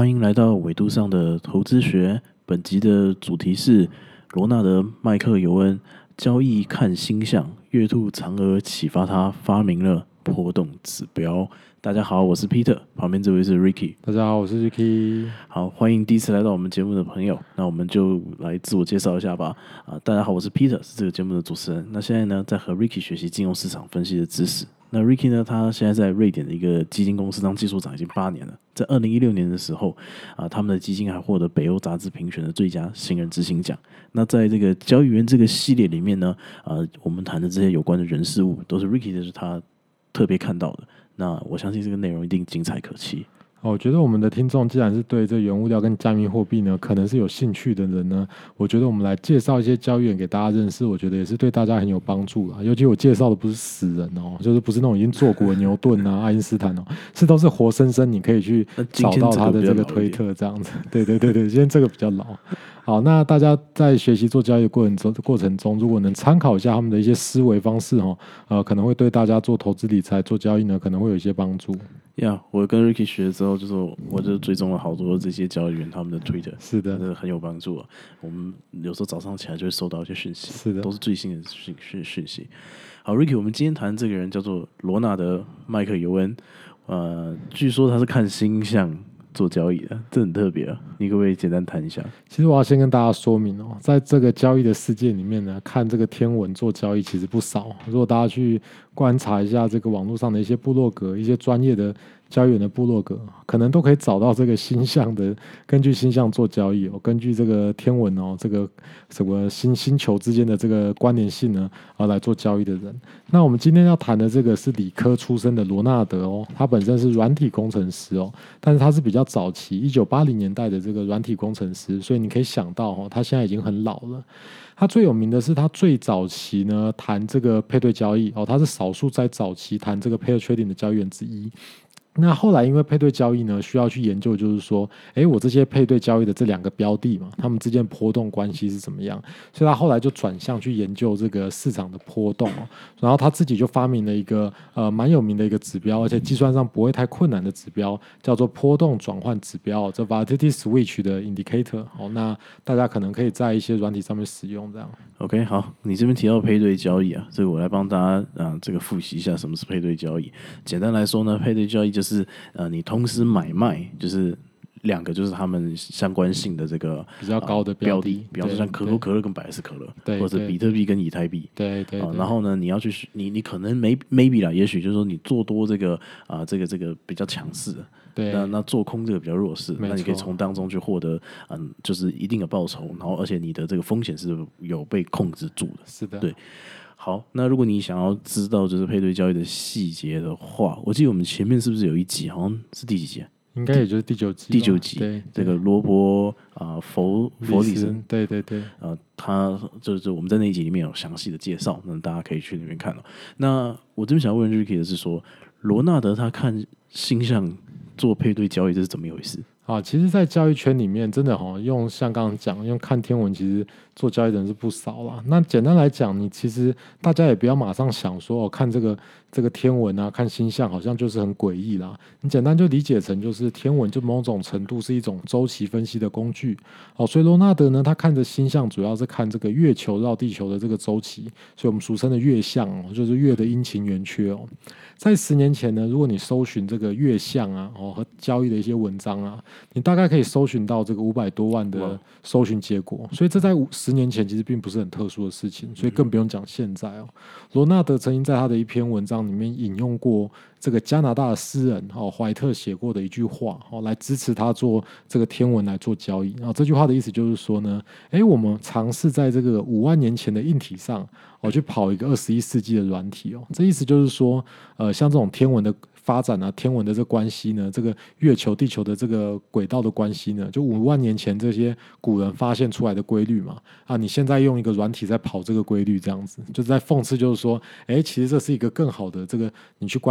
欢迎来到纬度上的投资学。本集的主题是罗纳德·麦克尤恩交易看星象，月兔嫦娥启发他发明了波动指标。大家好，我是 Peter， 旁边这位是 Ricky。 大家好，我是 Ricky。 好，欢迎第一次来到我们节目的朋友。那我们就来自我介绍一下吧。大家好，我是 Peter， 是这个节目的主持人。那现在呢，在和 Ricky 学习金融市场分析的知识。那 Ricky 呢，他现在在瑞典的一个基金公司当技术长已经8年了。在2016年的时候，他们的基金还获得北欧杂志评选的最佳新人执行奖。那在这个交易员这个系列里面呢，我们谈的这些有关的人事物，都是 Ricky 就是他特别看到的。那我相信这个内容一定精彩可期。 我觉得我们的听众既然是对这原物料跟加密货币呢，可能是有兴趣的人呢，我觉得我们来介绍一些交易员给大家认识，我觉得也是对大家很有帮助啦。尤其我介绍的不是死人哦，就是不是那种已经做过的牛顿啊、爱因斯坦哦，是都是活生生，你可以去找到他的这个推特这样子。对，今天这个比较老。好，那大家在学习做交易的过程中，如果能参考一下他们的一些思维方式可能会对大家做投资理财、做交易呢，可能会有一些帮助。 我跟 Ricky 学之后，就是我就追踪了好多这些交易员他们的 Twitter， 是的， 真的很有帮助啊。我们有时候早上起来就会收到一些讯息， 是的， 都是最新的讯息。好 ，Ricky， 我们今天谈这个人叫做罗纳德·麦克尤恩，据说他是看星象做交易的，这很特别啊！你可不可以简单谈一下？ 其实我要先跟大家说明在这个交易的世界里面呢，看这个天文做交易其实不少。如果大家去观察一下这个网络上的一些部落格，一些专业的交易员的部落格，可能都可以找到这个星象的，根据星象做交易根据这个天文这个什么星球之间的这个关联性呢来做交易的人。那我们今天要谈的这个是理科出身的罗纳德他本身是软体工程师但是他是比较早期1980年代的这个软体工程师，所以你可以想到他现在已经很老了。他最有名的是他最早期呢谈这个配对交易他是少数在早期谈这个 pair trading 的交易员之一。那后来因为配对交易呢，需要去研究，就是说，我这些配对交易的这两个标的嘛，他们之间波动关系是怎么样？所以他后来就转向去研究这个市场的波动然后他自己就发明了一个蛮有名的一个指标，而且计算上不会太困难的指标，叫做波动转换指标，这 volatility switch 的 indicator。那大家可能可以在一些软体上面使用这样。 OK， 好，你这边提到配对交易这个我来帮大家这个复习一下什么是配对交易。简单来说呢，配对交易就是你同时买卖，就是两个就是他们相关性的这个比较高的标的， 比方说像可口可乐跟百事可乐，或者比特币跟以太币， 对， 然后呢，你要去你可能 maybe 啦，也许就是说你做多这个这个比较强势的。 对， 那做空这个比较弱势，那你可以从当中去获得就是一定的报酬，然后而且你的这个风险是有被控制住的。 是的， 对。好，那如果你想要知道就是配对交易的细节的话，我记得我们前面是不是有一集，好像是第几集应该也就是第9集。 第9集， 对， 这个罗伯弗里森， 对， 他就是我们在那一集里面有详细的介绍，那大家可以去那边看那我这边想要问 Ricky 的是说，罗纳德他看星象做配对交易，这是怎么一回事？ 其实，在交易圈里面，真的用像刚刚讲，用看天文，其实做交易的人是不少啦。那简单来讲，你其实大家也不要马上想说看这个天文看星象好像就是很诡异啦。你简单就理解成就是天文就某种程度是一种周期分析的工具所以罗纳德呢，他看着星象主要是看这个月球绕地球的这个周期，所以我们俗称的月相就是月的阴晴圆缺在10年前呢，如果你搜寻这个月相和交易的一些文章你大概可以搜寻到这个500多万的搜寻结果，所以这在10年前其实并不是很特殊的事情，所以更不用讲现在罗纳德曾经在他的一篇文章里面引用过这个加拿大的诗人怀特写过的一句话来支持他做这个天文来做交易这句话的意思就是说呢，我们尝试在这个5万年前的硬体上去跑一个21世纪的软体这意思就是说像这种天文的发展天文的这个关系呢，这个月球地球的这个轨道的关系呢，就5万年前这些古人发现出来的规律嘛你现在用一个软体在跑这个规律，这样子就是在讽刺，就是说其实这是一个更好的这个你去观察这个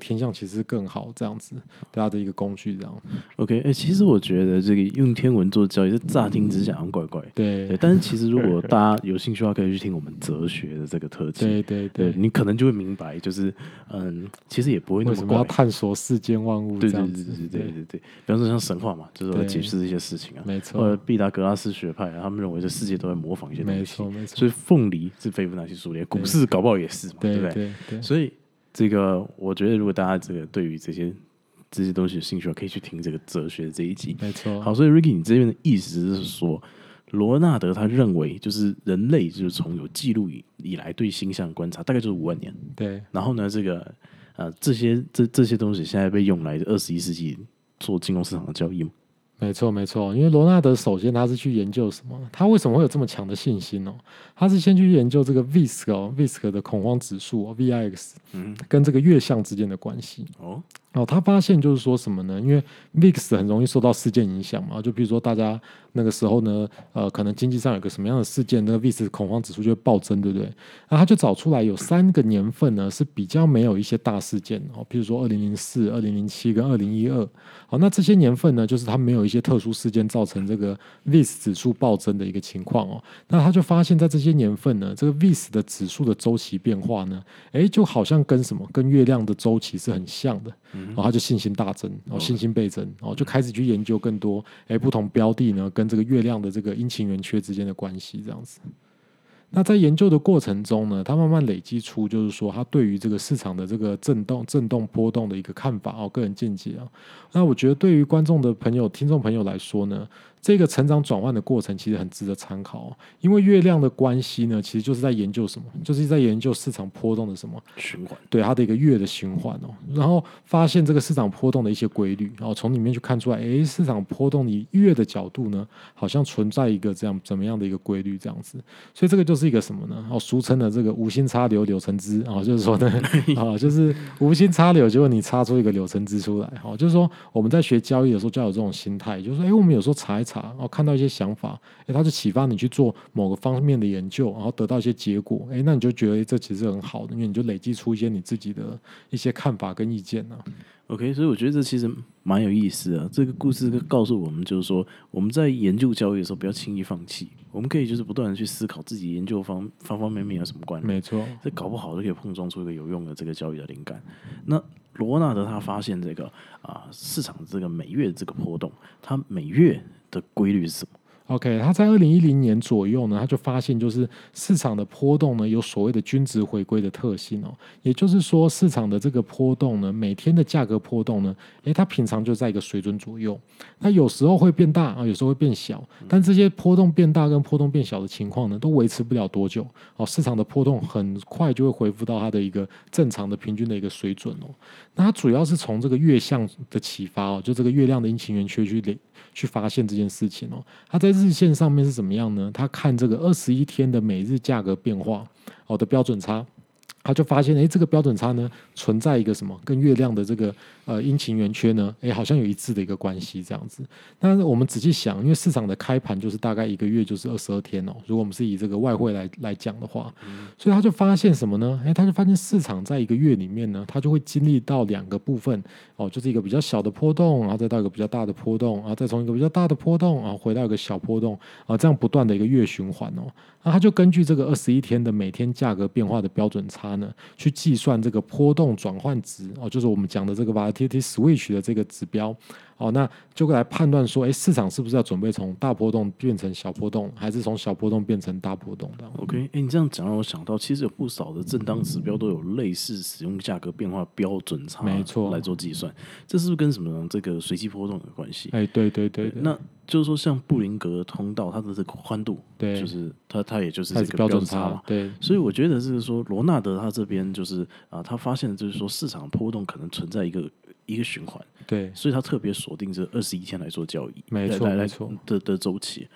天象其实更好这样子对它的一个工具这样。 OK，其实我觉得这个用天文做交易，这乍听之下好像怪怪。 对但是其实如果大家有兴趣的话，可以去听我们哲学的这个特辑。 对， 你可能就会明白，就是其实也不会那么怪。 为什么要探索世间万物这样子？ 对，比方说像神话嘛，就是我解释一些事情啊， 没错。 或者毕达哥拉斯学派他们认为这世界都在模仿一些东西， 没错。 所以凤梨是斐波那契数列，股市搞不好也是嘛，对不对？所以这个我觉得，如果大家这个对于这些东西有兴趣的话，可以去听这个哲学这一集。 没错。 好，所以 Ricky，你这边的意思是说，罗纳德他认为，就是人类就是从有记录以来对星象观察，大概就是5万年。 对。 然后呢，这个这些东西现在被用来21世纪做金融市场的交易嘛？ 没错，因为罗纳德首先他是去研究什么？他为什么会有这么强的信心哦？他是先去研究这个 VISC 的恐慌指数VIX，跟这个月相之间的关系。他发现就是说什么呢？因为 VIX 很容易受到事件影响嘛，就比如说大家那个时候呢，可能经济上有个什么样的事件，那个 VIX 恐慌指数就会暴增，对不对？那他就找出来有3个年份呢是比较没有一些大事件比如说2004、2007跟2012。好，那这些年份呢，就是它没有一些特殊事件造成这个 VIX 指数暴增的一个情况那他就发现，在这些年份呢，这个 VIX 的指数的周期变化呢，就好像跟什么？跟月亮的周期是很像的。然后他就信心大增，信心倍增，就开始去研究更多不同标的呢跟这个月亮的这个阴晴圆缺之间的关系这样子。那在研究的过程中呢，他慢慢累积出就是说他对于这个市场的这个震动波动的一个看法个人见解那我觉得对于观众的朋友、听众朋友来说呢，这个成长转换的过程其实很值得参考因为月亮的关系呢，其实就是在研究什么？就是在研究市场波动的什么循环？ 对，它的一个月的循环然后发现这个市场波动的一些规律，然后从里面去看出来，市场波动以月的角度呢，好像存在一个怎么样的一个规律这样子。所以这个就是一个什么呢？俗称的这个无心插柳柳橙汁就是说呢就是无心插柳，结果你插出一个柳橙汁出来就是说我们在学交易的时候就要有这种心态，就是说我们有时候查一查，看到一些想法，它就启发你去做某个方面的研究，然后得到一些结果，那你就觉得这其实很好的，因为你就累积出一些你自己的一些看法跟意见 OK， 所以我觉得这其实蛮有意思的。这个故事告诉我们，就是说我们在研究交易的时候，不要轻易放弃。我们可以就是不断的去思考自己研究方面有什么关联。 没错， 这搞不好就可以碰撞出一个有用的这个交易的灵感。那罗纳德他发现这个市场这个每月这个波动，它每月的规律是什么 ？OK， 他在2010年左右呢，他就发现就是市场的波动呢有所谓的均值回归的特性也就是说市场的这个波动呢，每天的价格波动呢，它平常就在一个水准左右，那有时候会变大有时候会变小，但这些波动变大跟波动变小的情况呢，都维持不了多久市场的波动很快就会恢复到它的一个正常的平均的一个水准那它主要是从这个月相的启发就这个月亮的阴晴圆缺去发现这件事情它在日线上面是怎么样呢？他看这个21天的每日价格变化的标准差，他就发现这个标准差呢存在一个什么跟月亮的这个阴晴圆缺呢好像有一致的一个关系这样子。但是我们仔细想，因为市场的开盘就是大概1个月就是22天如果我们是以这个外汇来讲的话，所以他就发现什么呢？他就发现市场在1个月里面呢，它就会经历到2个部分就是一个比较小的波动，然后再到一个比较大的波动，然后再从一个比较大的波动然后回到一个小波动这样不断的一个月循环那他就根据这个21天的每天价格变化的标准差呢，去计算这个波动转换值就是我们讲的这个 volatility switch 的这个指标那就来判断说市场是不是要准备从大波动变成小波动，还是从小波动变成大波动的 OK， 你这样讲让我想到，其实有不少的震荡指标都有类似使用价格变化标准差没错来做计算，这是不是跟什么这个随机波动有关系？ 对， 那就是说像布林格通道它的这个宽度， 对， 就是它也就是这个标准差嘛， 对， 所以我觉得是说罗纳德他这边就是他发现就是说市场波动可能存在一个循环， 对， 所以他特别锁定这21天来做交易， 没错的周期。 对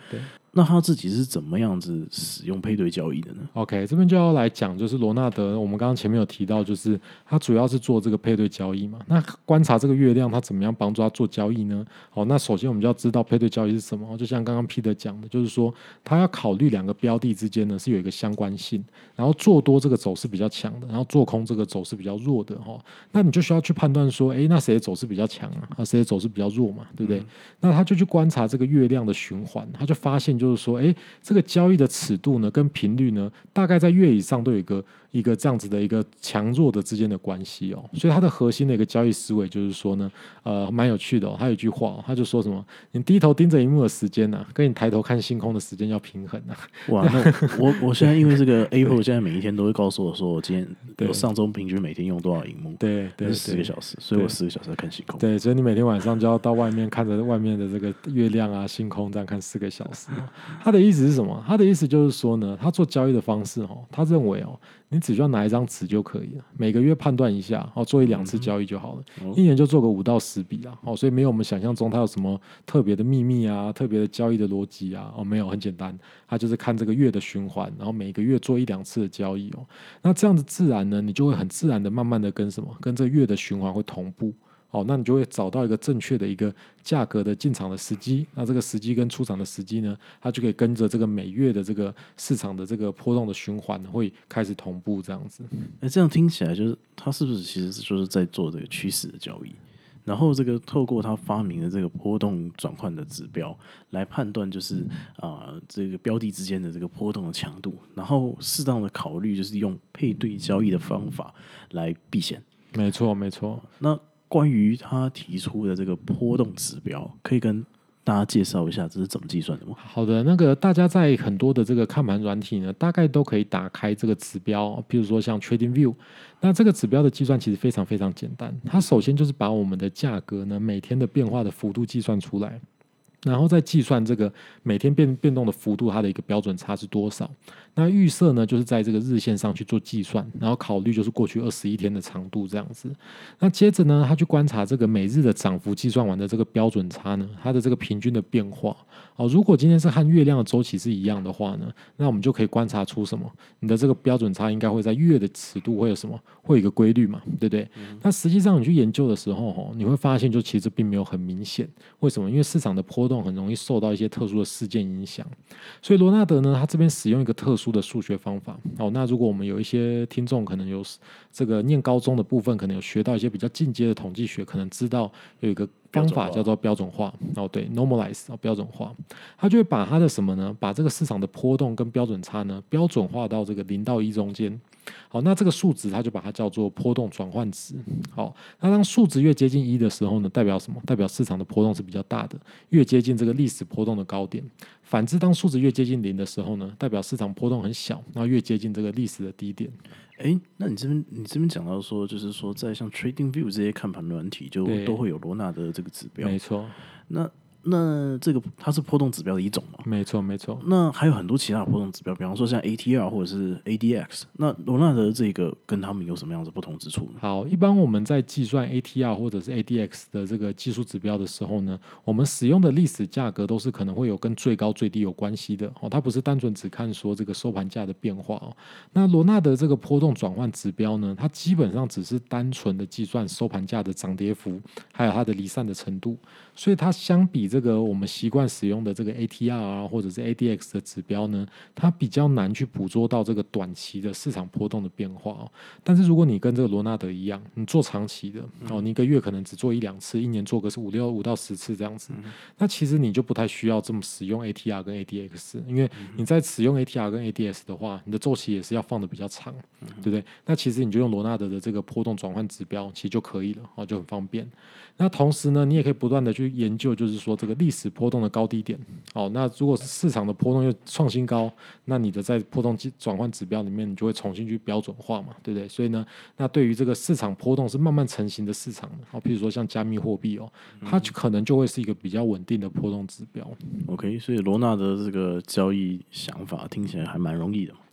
那他自己是怎么样子使用配对交易的呢？ OK，这边就要来讲，就是罗纳德，我们刚刚前面有提到，就是他主要是做这个配对交易嘛。那观察这个月亮，他怎么样帮助他做交易呢？好，那首先我们就要知道配对交易是什么。就像刚刚 Peter 讲的，就是说他要考虑两个标的之间呢是有一个相关性，然后做多这个走势比较强的，然后做空这个走势比较弱的哈。那你就需要去判断说，那谁的走势比较强啊？谁的走势比较弱嘛？对不对？那他就去观察这个月亮的循环，他就发现就是说，这个交易的尺度呢，跟频率呢，大概在月以上都有一个这样子的一个强弱的之间的关系哦。所以它的核心的一个交易思维就是说呢，蛮有趣的哦。他有一句话，他就说什么：你低头盯着荧幕的时间跟你抬头看星空的时间要平衡啊。 哇，那我现在因为这个 Apple 现在每一天都会告诉我说，我今天上周平均每天用多少荧幕？ 对， 是10个小时，所以我10个小时在看星空。 对，所以你每天晚上就要到外面看着外面的这个月亮啊、星空，这样看4个小时。他的意思是什么？他的意思就是说呢，他做交易的方式他认为你只需要拿一张纸就可以了，每个月判断一下，做1-2次交易就好了，一年就做个5到10笔啦，所以没有我们想象中它有什么特别的秘密啊、特别的交易的逻辑啊，没有，很简单，它就是看这个月的循环，然后每个月做1-2次的交易那这样子自然呢，你就会很自然的慢慢的跟这个月的循环会同步。那你就会找到一个正确的一个价格的进场的时机，那这个时机跟出场的时机呢，它就可以跟着这个每月的这个市场的这个波动的循环会开始同步这样子。 这样听起来就是他是不是其实就是在做这个趋势的交易？然后这个透过他发明的这个波动转换的指标来判断，就是这个标的之间的这个波动的强度，然后适当的考虑就是用配对交易的方法来避险。 没错，没错。 那关于他提出的这个波动指标，可以跟大家介绍一下这是怎么计算的吗？ 好的，那个大家在很多的这个看盘软体呢，大概都可以打开这个指标，比如说像 TradingView， 那这个指标的计算其实非常非常简单，它首先就是把我们的价格呢每天的变化的幅度计算出来。然后再计算这个每天变动的幅度，它的一个标准差是多少？那预设呢，就是在这个日线上去做计算，然后考虑就是过去21天的长度这样子。那接着呢，他去观察这个每日的涨幅计算完的这个标准差呢，它的这个平均的变化。如果今天是和月亮的周期是一样的话呢，那我们就可以观察出什么？你的这个标准差应该会在月的尺度会有什么？会有一个规律嘛，对不对？那实际上你去研究的时候，你会发现就其实并没有很明显。为什么？因为市场的波动很容易受到一些特殊的事件影响，所以罗纳德呢，他这边使用一个特殊的数学方法。那如果我们有一些听众可能有这个念高中的部分，可能有学到一些比较进阶的统计学，可能知道有一个方法叫做标准化。对 ，normalize 标准化，他就会把它的什么呢？把这个市场的波动跟标准差呢，标准化到这个0到1中间。好，那这个数值它就把它叫做波动转换值。好，那当数值越接近1的时候呢，代表什么？代表市场的波动是比较大的，越接近这个历史波动的高点。反之，当数值越接近0的时候呢，代表市场波动很小，然后越接近这个历史的低点。 那你这边讲到说，就是说在像 TradingView 这些看盘软体，就都会有罗纳德的这个指标。 没错。 那这个它是波动指标的一种嘛？ 没错，没错。 那还有很多其他的波动指标，比方说像 ATR 或者是 ADX。那罗纳德这个跟他们有什么样子不同之处呢？ 好，一般我们在计算 ATR 或者是 ADX 的这个技术指标的时候呢，我们使用的历史价格都是可能会有跟最高最低有关系的它不是单纯只看说这个收盘价的变化那罗纳德这个波动转换指标呢，它基本上只是单纯的计算收盘价的涨跌幅，还有它的离散的程度，所以它相比这个我们习惯使用的这个 ATR 或者是 ADX 的指标呢，它比较难去捕捉到这个短期的市场波动的变化但是如果你跟这个罗纳德一样，你做长期的你1个月可能只做1-2次，一年做个是5到10次这样子那其实你就不太需要这么使用 ATR 跟 ADX， 因为你在使用 ATR 跟 ADX 的话，你的周期也是要放的比较长对不对？那其实你就用罗纳德的这个波动转换指标其实就可以了就很方便。那同时呢，你也可以不断的去研究，就是说这个历史波动的高低点那如果是市场的波动又创新高，那你的在波动转换指标里面，你就会重新去标准化嘛，对不对？所以呢，那对于这个市场波动是慢慢成型的市场譬如说像加密货币它可能就会是一个比较稳定的波动指标。 OK， 所以罗纳德这个交易想法听起来还蛮容易的。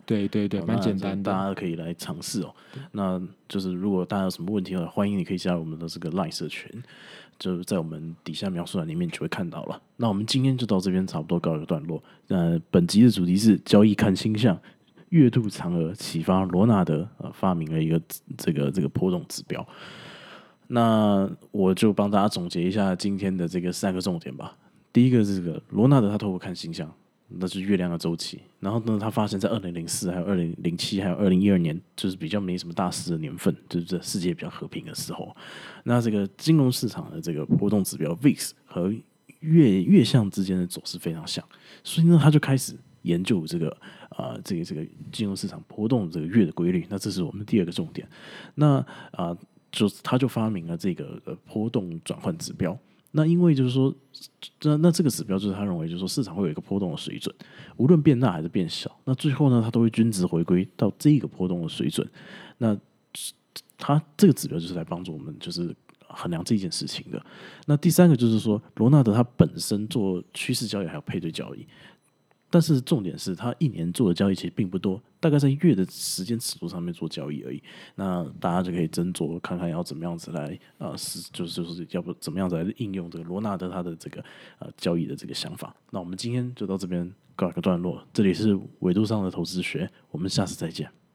对对对，蛮简单的。 大家可以来尝试哦。那就是如果大家有什么问题的话，欢迎你可以加入我们的这个 LINE 社群，就在我们底下描述栏里面就会看到了。那我们今天就到这边差不多告一个段落。本集的主题是交易看星象，月度嫦娥启发罗纳德发明了一个这个波动指标。那我就帮大家总结一下今天的这个3个重点吧。第一个是这个罗纳德他透过看星象，那是月亮的周期。然后呢，他发现在2004、还有2007、还有2012年，就是比较没什么大事的年份，就是这世界比较和平的时候。那这个金融市场的这个波动指标 VIX 和月相之间的走势非常像，所以呢，他就开始研究这个金融市场波动这个月的规律。那这是我们第2个重点。那他就发明了这个波动转换指标。那因为就是说，那这个指标就是他认为就是说市场会有一个波动的水准，无论变大还是变小，那最后呢，它都会均值回归到这个波动的水准。那它这个指标就是来帮助我们就是衡量这件事情的。那第3个就是说，罗纳德他本身做趋势交易还有配对交易。但是重点是他1年做的交易其实并不多，大概在月的时间尺度上面做交易而已。那大家就可以斟酌看看要怎么样子来就是要不怎么样子来应用这个罗纳德他的这个交易的这个想法。那我们今天就到这边告一个段落。这里是纬度上的投资学，我们下次再见。